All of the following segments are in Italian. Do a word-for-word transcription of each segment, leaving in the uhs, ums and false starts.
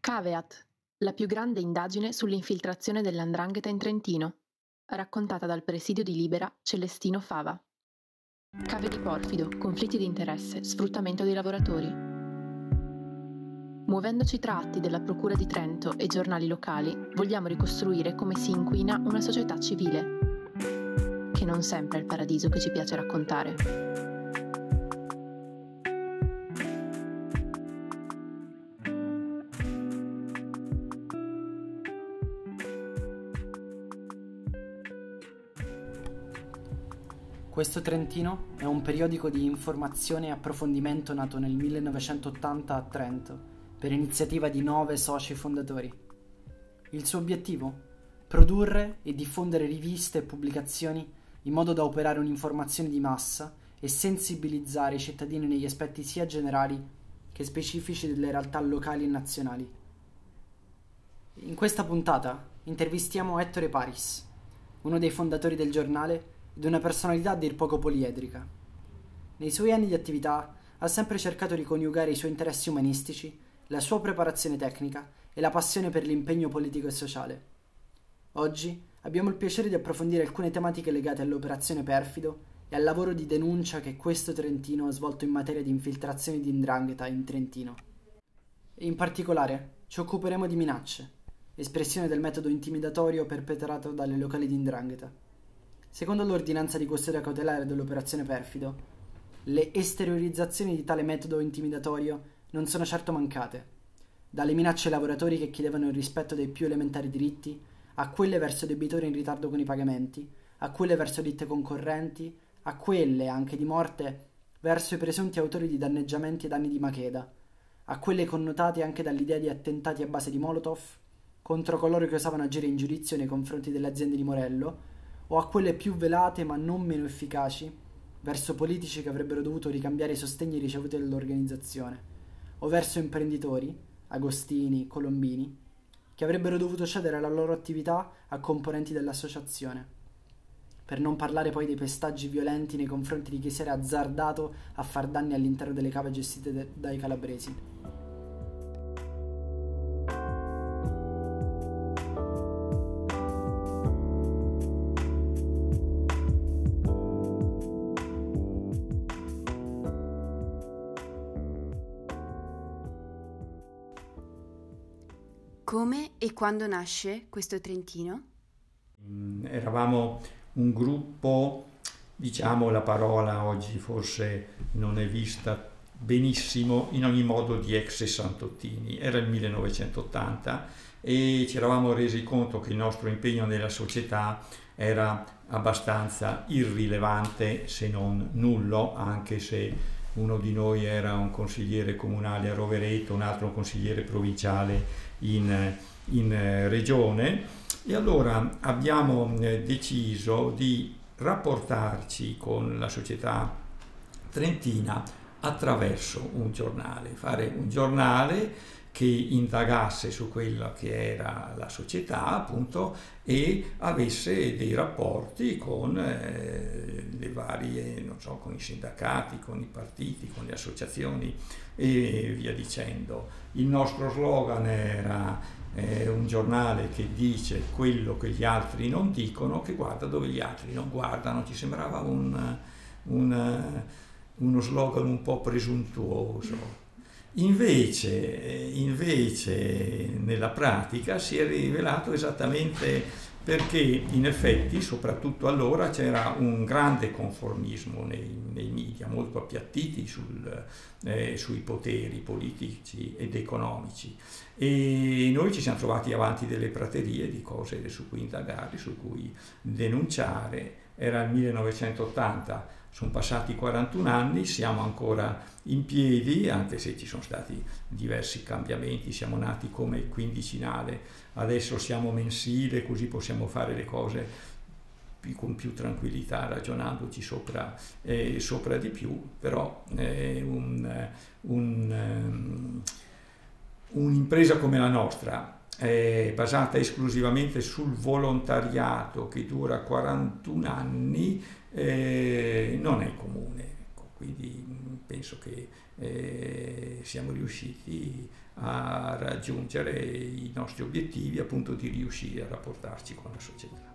Caveat, la più grande indagine sull'infiltrazione della 'ndrangheta in Trentino, raccontata dal presidio di Libera Celestino Fava. Cave di porfido, conflitti di interesse, sfruttamento dei lavoratori. Muovendoci tra atti della Procura di Trento e giornali locali, vogliamo ricostruire come si inquina una società civile, che non sempre è il paradiso che ci piace raccontare. Questo Trentino è un periodico di informazione e approfondimento nato nel millenovecentottanta a Trento, per iniziativa di nove soci fondatori. Il suo obiettivo? Produrre e diffondere riviste e pubblicazioni in modo da operare un'informazione di massa e sensibilizzare i cittadini negli aspetti sia generali che specifici delle realtà locali e nazionali. In questa puntata intervistiamo Ettore Paris, uno dei fondatori del giornale ed una personalità a dir poco poliedrica. Nei suoi anni di attività ha sempre cercato di coniugare i suoi interessi umanistici, la sua preparazione tecnica e la passione per l'impegno politico e sociale. Oggi abbiamo il piacere di approfondire alcune tematiche legate all'operazione Perfido e al lavoro di denuncia che questo Trentino ha svolto in materia di infiltrazioni di 'ndrangheta in Trentino. E in particolare ci occuperemo di minacce, espressione del metodo intimidatorio perpetrato dalle locali di 'ndrangheta. Secondo l'ordinanza di custodia cautelare dell'operazione Perfido, le esteriorizzazioni di tale metodo intimidatorio non sono certo mancate, dalle minacce ai lavoratori che chiedevano il rispetto dei più elementari diritti, a quelle verso debitori in ritardo con i pagamenti, a quelle verso ditte concorrenti, a quelle, anche di morte, verso i presunti autori di danneggiamenti e danni di Macheda, a quelle connotate anche dall'idea di attentati a base di Molotov contro coloro che osavano agire in giudizio nei confronti delle aziende di Morello, o a quelle più velate ma non meno efficaci verso politici che avrebbero dovuto ricambiare i sostegni ricevuti dall'organizzazione, o verso imprenditori, agostini, colombini, che avrebbero dovuto cedere la loro attività a componenti dell'associazione. Per non parlare poi dei pestaggi violenti nei confronti di chi si era azzardato a far danni all'interno delle cave gestite de- dai calabresi. Come e quando nasce questo Trentino? Eravamo un gruppo, diciamo la parola oggi forse non è vista benissimo, in ogni modo di ex sessantottini. Era il millenovecentottanta e ci eravamo resi conto che il nostro impegno nella società era abbastanza irrilevante, se non nullo, anche se uno di noi era un consigliere comunale a Rovereto, un altro un consigliere provinciale in, in regione, e allora abbiamo deciso di rapportarci con la società trentina attraverso un giornale, fare un giornale che indagasse su quella che era la società, appunto, e avesse dei rapporti con eh, le varie, non so, con i sindacati, con i partiti, con le associazioni e via dicendo. Il nostro slogan era eh, un giornale che dice quello che gli altri non dicono, che guarda dove gli altri non guardano. Ci sembrava un, un, uno slogan un po' presuntuoso. Invece, invece nella pratica si è rivelato esattamente perché in effetti, soprattutto allora, c'era un grande conformismo nei, nei media, molto appiattiti sul, eh, sui poteri politici ed economici, e noi ci siamo trovati avanti delle praterie di cose su cui indagare, su cui denunciare. Era il millenovecentottanta, sono passati quarantuno anni, siamo ancora in piedi, anche se ci sono stati diversi cambiamenti, siamo nati come quindicinale, adesso siamo mensile, così possiamo fare le cose più, con più tranquillità, ragionandoci sopra, eh, sopra di più, però eh, un, un, un'impresa come la nostra, è basata esclusivamente sul volontariato che dura quarantuno anni, eh, non è comune. Ecco. quindi penso che eh, siamo riusciti a raggiungere i nostri obiettivi, appunto di riuscire a rapportarci con la società.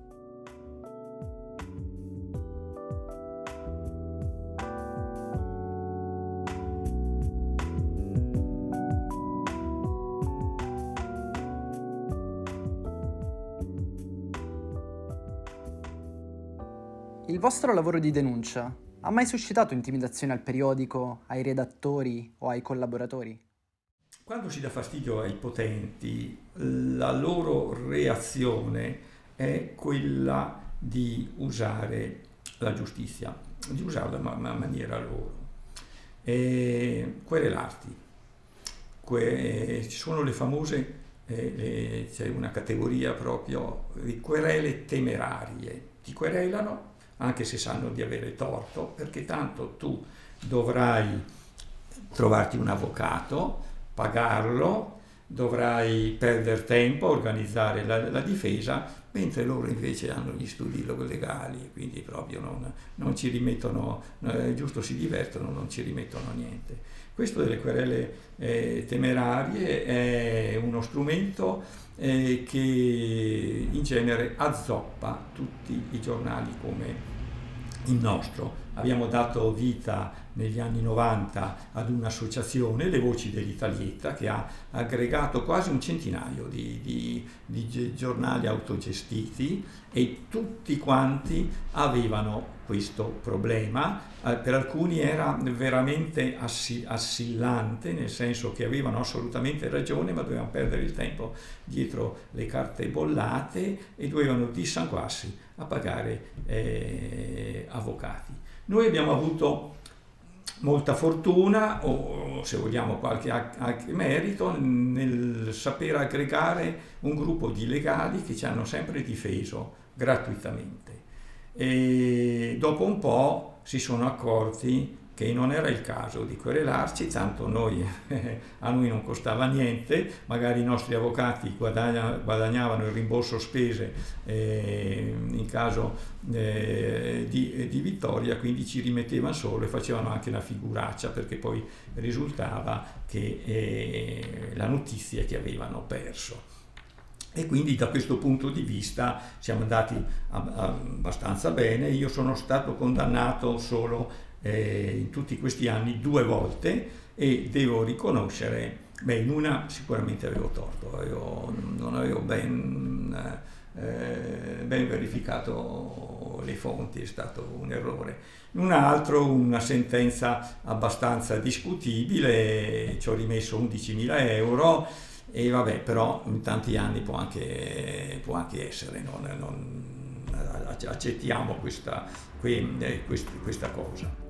Il vostro lavoro di denuncia ha mai suscitato intimidazioni al periodico, ai redattori o ai collaboratori? Quando si dà fastidio ai potenti, la loro reazione è quella di usare la giustizia, di usarla in maniera loro, e querelarti. Que- ci sono le famose, eh, le, c'è una categoria proprio di querele temerarie, ti querelano anche se sanno di avere torto, perché tanto tu dovrai trovarti un avvocato, pagarlo, dovrai perdere tempo a organizzare la, la difesa, mentre loro invece hanno gli studi legali, quindi proprio non, non ci rimettono, eh, giusto si divertono, non ci rimettono niente. Questo delle querele eh, temerarie è uno strumento eh, che in genere azzoppa tutti i giornali come il nostro. Abbiamo dato vita negli anni novanta ad un'associazione, Le Voci dell'Italietta, che ha aggregato quasi un centinaio di, di, di giornali autogestiti, e tutti quanti avevano questo problema. Eh, per alcuni era veramente assi, assillante, nel senso che avevano assolutamente ragione, ma dovevano perdere il tempo dietro le carte bollate e dovevano dissanguarsi a pagare eh, avvocati. Noi abbiamo avuto molta fortuna, o se vogliamo qualche anche merito, nel saper aggregare un gruppo di legali che ci hanno sempre difeso gratuitamente. E dopo un po' si sono accorti che non era il caso di querelarci, tanto noi, a noi non costava niente, magari i nostri avvocati guadagna, guadagnavano il rimborso spese eh, in caso eh, di, di vittoria, quindi ci rimettevano solo e facevano anche una figuraccia, perché poi risultava che eh, la notizia che avevano perso. E quindi da questo punto di vista siamo andati abbastanza bene. Io sono stato condannato solo eh, in tutti questi anni due volte, e devo riconoscere, beh, in una sicuramente avevo torto, avevo, non avevo ben, eh, ben verificato le fonti, è stato un errore. In un altro, una sentenza abbastanza discutibile, ci ho rimesso undicimila euro, e vabbè, però in tanti anni può anche, può anche essere, non, non, accettiamo questa, questa cosa.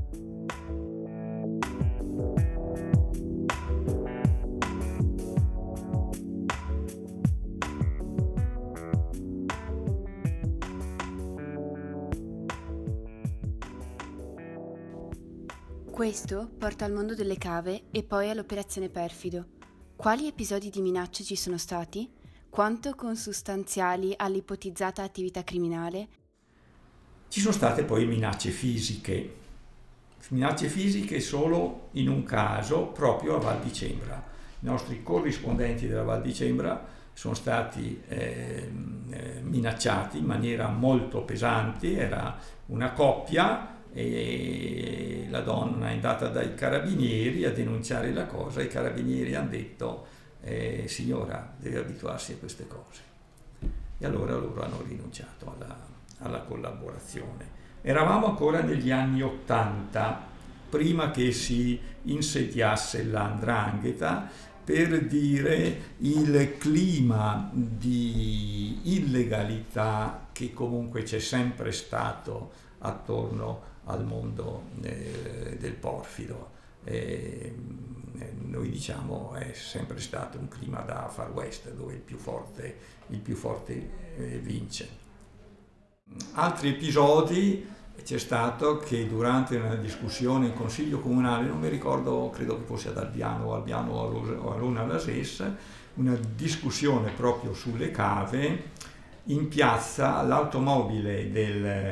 Questo porta al mondo delle cave e poi all'operazione Perfido. Quali episodi di minacce ci sono stati? Quanto consustanziali all'ipotizzata attività criminale? Ci sono state poi minacce fisiche, minacce fisiche solo in un caso, proprio a Val di Cembra. I nostri corrispondenti della Val di Cembra sono stati eh, minacciati in maniera molto pesante. Era una coppia e la donna è andata dai carabinieri a denunciare la cosa, e i carabinieri hanno detto eh, signora, deve abituarsi a queste cose, e allora loro hanno rinunciato alla, alla collaborazione. Eravamo ancora negli anni ottanta, prima che si insediasse la 'ndrangheta, per dire il clima di illegalità che comunque c'è sempre stato attorno al mondo eh, del porfido. Eh, noi diciamo è sempre stato un clima da Far West, dove il più forte, il più forte eh, vince. Altri episodi: c'è stato che durante una discussione in consiglio comunale, non mi ricordo, credo che fosse ad Albiano o Albiano o a Luna Lases, una discussione proprio sulle cave, in piazza l'automobile del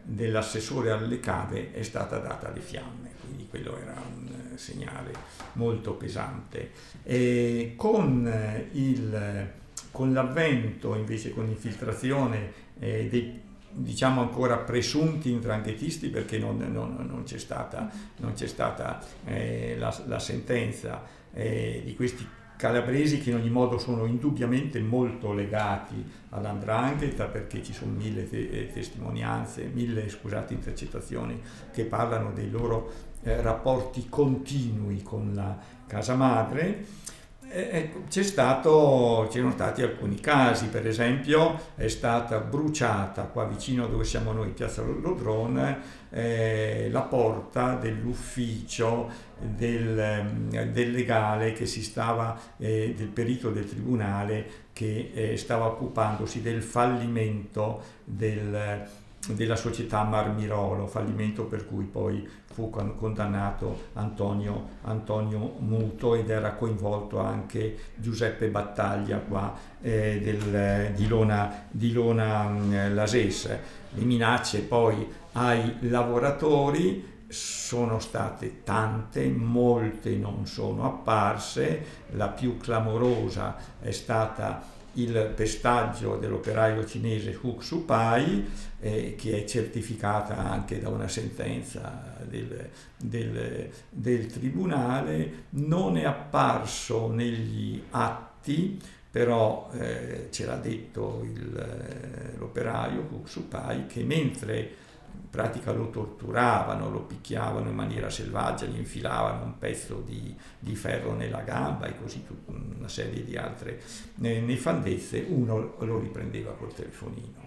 dell'assessore alle cave è stata data alle fiamme, quindi quello era un segnale molto pesante. E con, il, con l'avvento, invece, con l'infiltrazione eh, dei, diciamo ancora presunti ndranghetisti, perché non, non, non c'è stata, non c'è stata eh, la, la sentenza eh, di questi calabresi, che in ogni modo sono indubbiamente molto legati all'ndrangheta, perché ci sono mille te- testimonianze, mille scusate, intercettazioni che parlano dei loro eh, rapporti continui con la casa madre. Eh, c'è stato, c'erano stati alcuni casi, per esempio è stata bruciata qua vicino dove siamo noi, Piazza Lodron, eh, la porta dell'ufficio del, del legale che si stava, eh, del perito del tribunale che eh, stava occupandosi del fallimento del, della società Marmirolo, fallimento per cui poi fu condannato Antonio, Antonio Muto, ed era coinvolto anche Giuseppe Battaglia qua eh, del, di Lona, di Lona mh, Lasese. Le minacce poi ai lavoratori sono state tante, molte non sono apparse. La più clamorosa è stata il pestaggio dell'operaio cinese Hu Xupai, eh, che è certificata anche da una sentenza del, del, del tribunale. Non è apparso negli atti, però eh, ce l'ha detto il, l'operaio Hu Xupai, che mentre in pratica lo torturavano, lo picchiavano in maniera selvaggia, gli infilavano un pezzo di, di ferro nella gamba e così tutta una serie di altre eh, nefandezze, uno lo riprendeva col telefonino.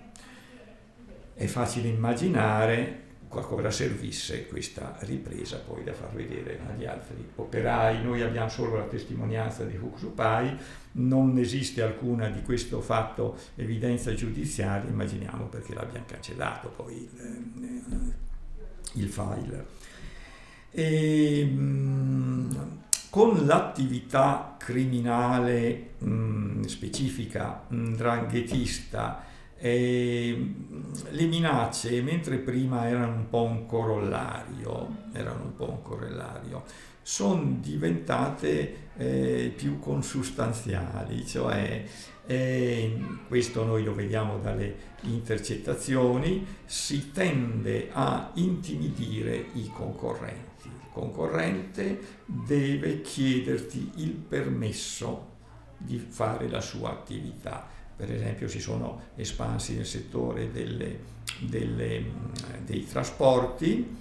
È facile immaginare a cosa servisse questa ripresa poi da far vedere agli altri operai. Noi abbiamo solo la testimonianza di Hu Xupai, non esiste alcuna di questo fatto evidenza giudiziaria, immaginiamo perché l'abbiamo cancellato poi il, il file. E, mh, con l'attività criminale mh, specifica ndranghetista, e le minacce, mentre prima erano un po' un corollario, erano un po' un corollario, sono diventate eh, più consustanziali, cioè eh, questo noi lo vediamo dalle intercettazioni, si tende a intimidire i concorrenti. Il concorrente deve chiederti il permesso di fare la sua attività. Per esempio si sono espansi nel settore delle, delle, dei trasporti,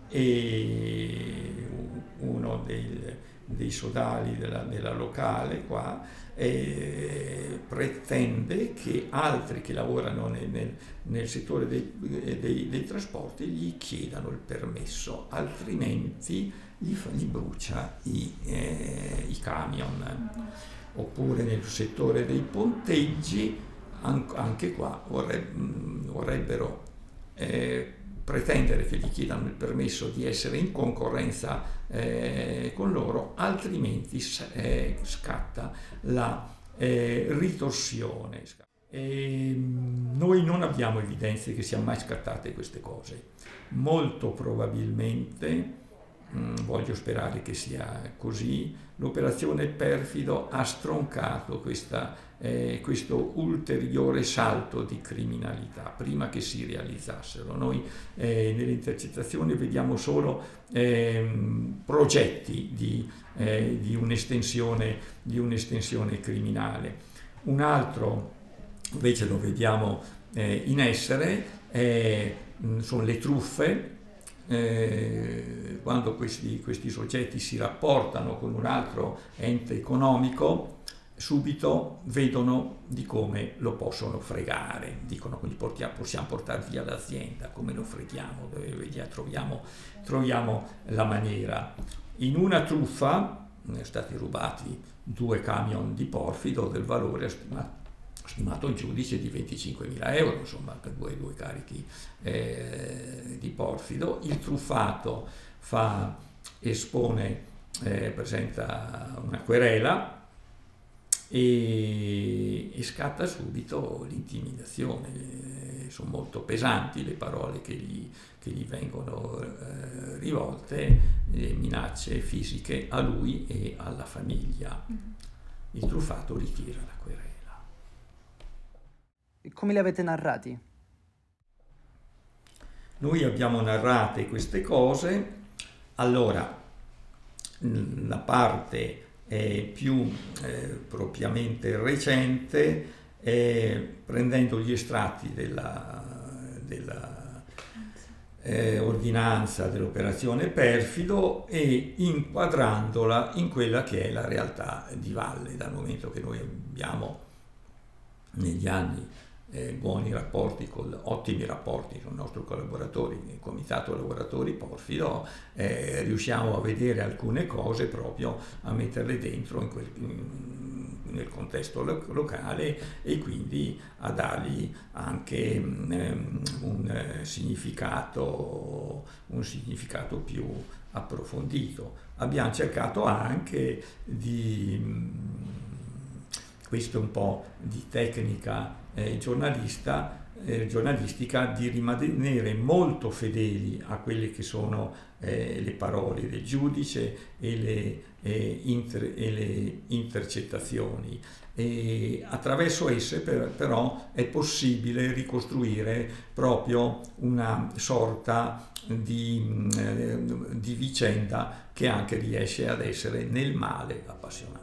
e uno dei, dei sodali della, della locale qua eh, pretende che altri che lavorano nel, nel, nel settore dei, dei, dei trasporti gli chiedano il permesso, altrimenti gli, gli brucia i, eh, i camion. Oppure nel settore dei ponteggi, anche qua vorrebbero eh, pretendere che gli chiedano il permesso di essere in concorrenza eh, con loro, altrimenti eh, scatta la eh, ritorsione. E noi non abbiamo evidenze che siano mai scattate queste cose. Molto probabilmente, voglio sperare che sia così, l'operazione Perfido ha stroncato questa, eh, questo ulteriore salto di criminalità prima che si realizzassero. Noi eh, nelle intercettazioni vediamo solo eh, progetti di, eh, di, un'estensione, di un'estensione criminale. Un altro invece lo vediamo eh, in essere, eh, sono le truffe. Eh, quando questi, questi soggetti si rapportano con un altro ente economico, subito vedono di come lo possono fregare, dicono quindi portiamo, possiamo portare via l'azienda, come lo freghiamo, vediamo, troviamo, troviamo la maniera. In una truffa sono stati rubati due camion di porfido del valore stimato stimato il giudice di venticinquemila euro, insomma, per due, due carichi eh, di porfido. Il truffato fa, espone, eh, presenta una querela e, e scatta subito l'intimidazione. Sono molto pesanti le parole che gli, che gli vengono eh, rivolte, le minacce fisiche a lui e alla famiglia. Il truffato ritira la querela. E come li avete narrati? Noi abbiamo narrate queste cose. Allora, la parte eh, più eh, propriamente recente, eh, prendendo gli estratti della, della eh, ordinanza dell'operazione Perfido e inquadrandola in quella che è la realtà di valle, dal momento che noi abbiamo negli anni Eh, buoni rapporti, con, ottimi rapporti con i nostri collaboratori, il Comitato Lavoratori Porfido, eh, riusciamo a vedere alcune cose proprio a metterle dentro in quel, in, nel contesto lo, locale e quindi a dargli anche um, un eh, significato, un significato più approfondito. Abbiamo cercato anche di, questo è un po' di tecnica Eh, giornalista, eh, giornalistica, di rimanere molto fedeli a quelle che sono eh, le parole del giudice e le, eh, inter, e le intercettazioni. E attraverso esse per, però è possibile ricostruire proprio una sorta di, eh, di vicenda che anche riesce ad essere nel male appassionante.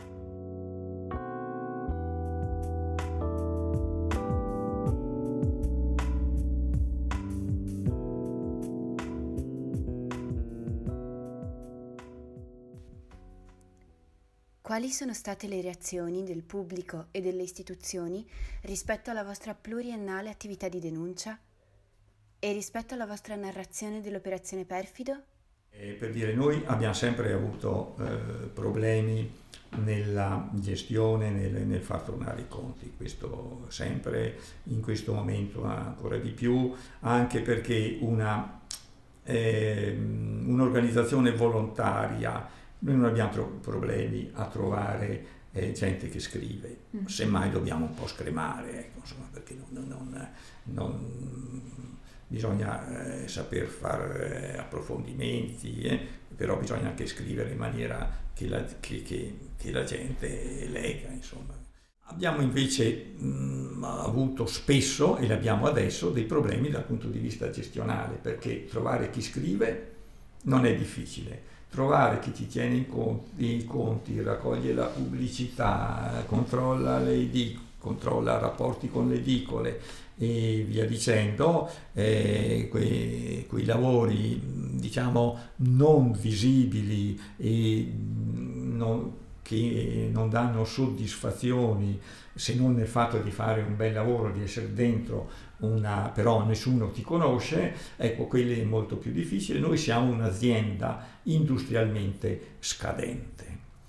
Quali sono state le reazioni del pubblico e delle istituzioni rispetto alla vostra pluriennale attività di denuncia e rispetto alla vostra narrazione dell'operazione Perfido? Eh, per dire, noi abbiamo sempre avuto eh, problemi nella gestione, nel, nel far tornare i conti, questo sempre, in questo momento ancora di più, anche perché una, eh, un'organizzazione volontaria, noi non abbiamo troppi problemi a trovare eh, gente che scrive, mm. semmai dobbiamo un po' scremare, ecco, insomma, perché non, non, non bisogna eh, saper fare eh, approfondimenti, eh, però bisogna anche scrivere in maniera che la, che, che, che la gente legga, insomma. Abbiamo invece mh, avuto spesso, e l'abbiamo adesso, dei problemi dal punto di vista gestionale, perché trovare chi scrive non è difficile. Trovare chi ti tiene in conti, i conti, raccoglie la pubblicità, controlla le edicole, controlla rapporti con le edicole e via dicendo, eh, quei, quei lavori diciamo non visibili e non, che non danno soddisfazioni se non nel fatto di fare un bel lavoro, di essere dentro una, però nessuno ti conosce, ecco, quello è molto più difficile. Noi siamo un'azienda industrialmente scadente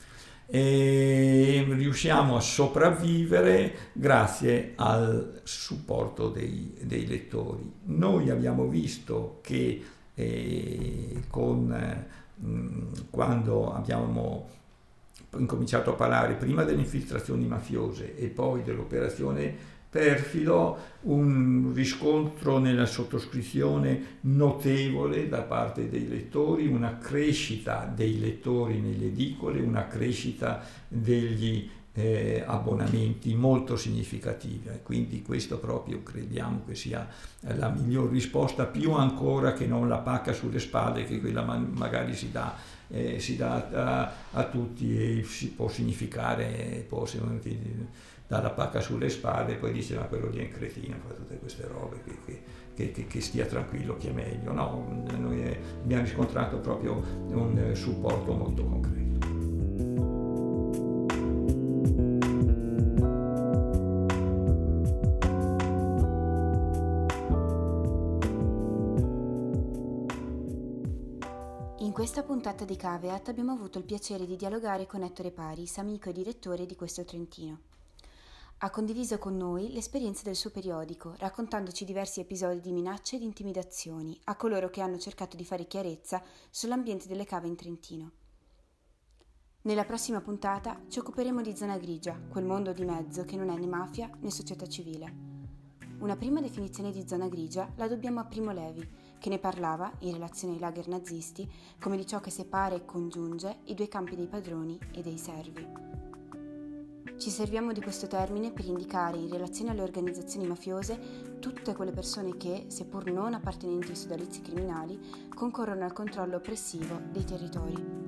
e riusciamo a sopravvivere grazie al supporto dei, dei lettori. Noi abbiamo visto che eh, con, mh, quando abbiamo incominciato a parlare prima delle infiltrazioni mafiose e poi dell'operazione Perfido, un riscontro nella sottoscrizione notevole da parte dei lettori, una crescita dei lettori nelle edicole, una crescita degli eh, abbonamenti molto significativa, quindi questo proprio crediamo che sia la miglior risposta, più ancora che non la pacca sulle spalle, che quella magari si dà Eh, si dà a, a tutti e si può significare, può dare la pacca sulle spalle e poi dice ma quello lì è un cretino, fa tutte queste robe, che, che, che, che stia tranquillo, che è meglio. No, noi è, abbiamo riscontrato proprio un eh, supporto molto concreto. In questa puntata di Caveat abbiamo avuto il piacere di dialogare con Ettore Paris, amico e direttore di Questo Trentino. Ha condiviso con noi l'esperienza del suo periodico, raccontandoci diversi episodi di minacce e di intimidazioni a coloro che hanno cercato di fare chiarezza sull'ambiente delle cave in Trentino. Nella prossima puntata ci occuperemo di zona grigia, quel mondo di mezzo che non è né mafia né società civile. Una prima definizione di zona grigia la dobbiamo a Primo Levi, che ne parlava, in relazione ai lager nazisti, come di ciò che separa e congiunge i due campi dei padroni e dei servi. Ci serviamo di questo termine per indicare, in relazione alle organizzazioni mafiose, tutte quelle persone che, seppur non appartenenti ai sodalizi criminali, concorrono al controllo oppressivo dei territori.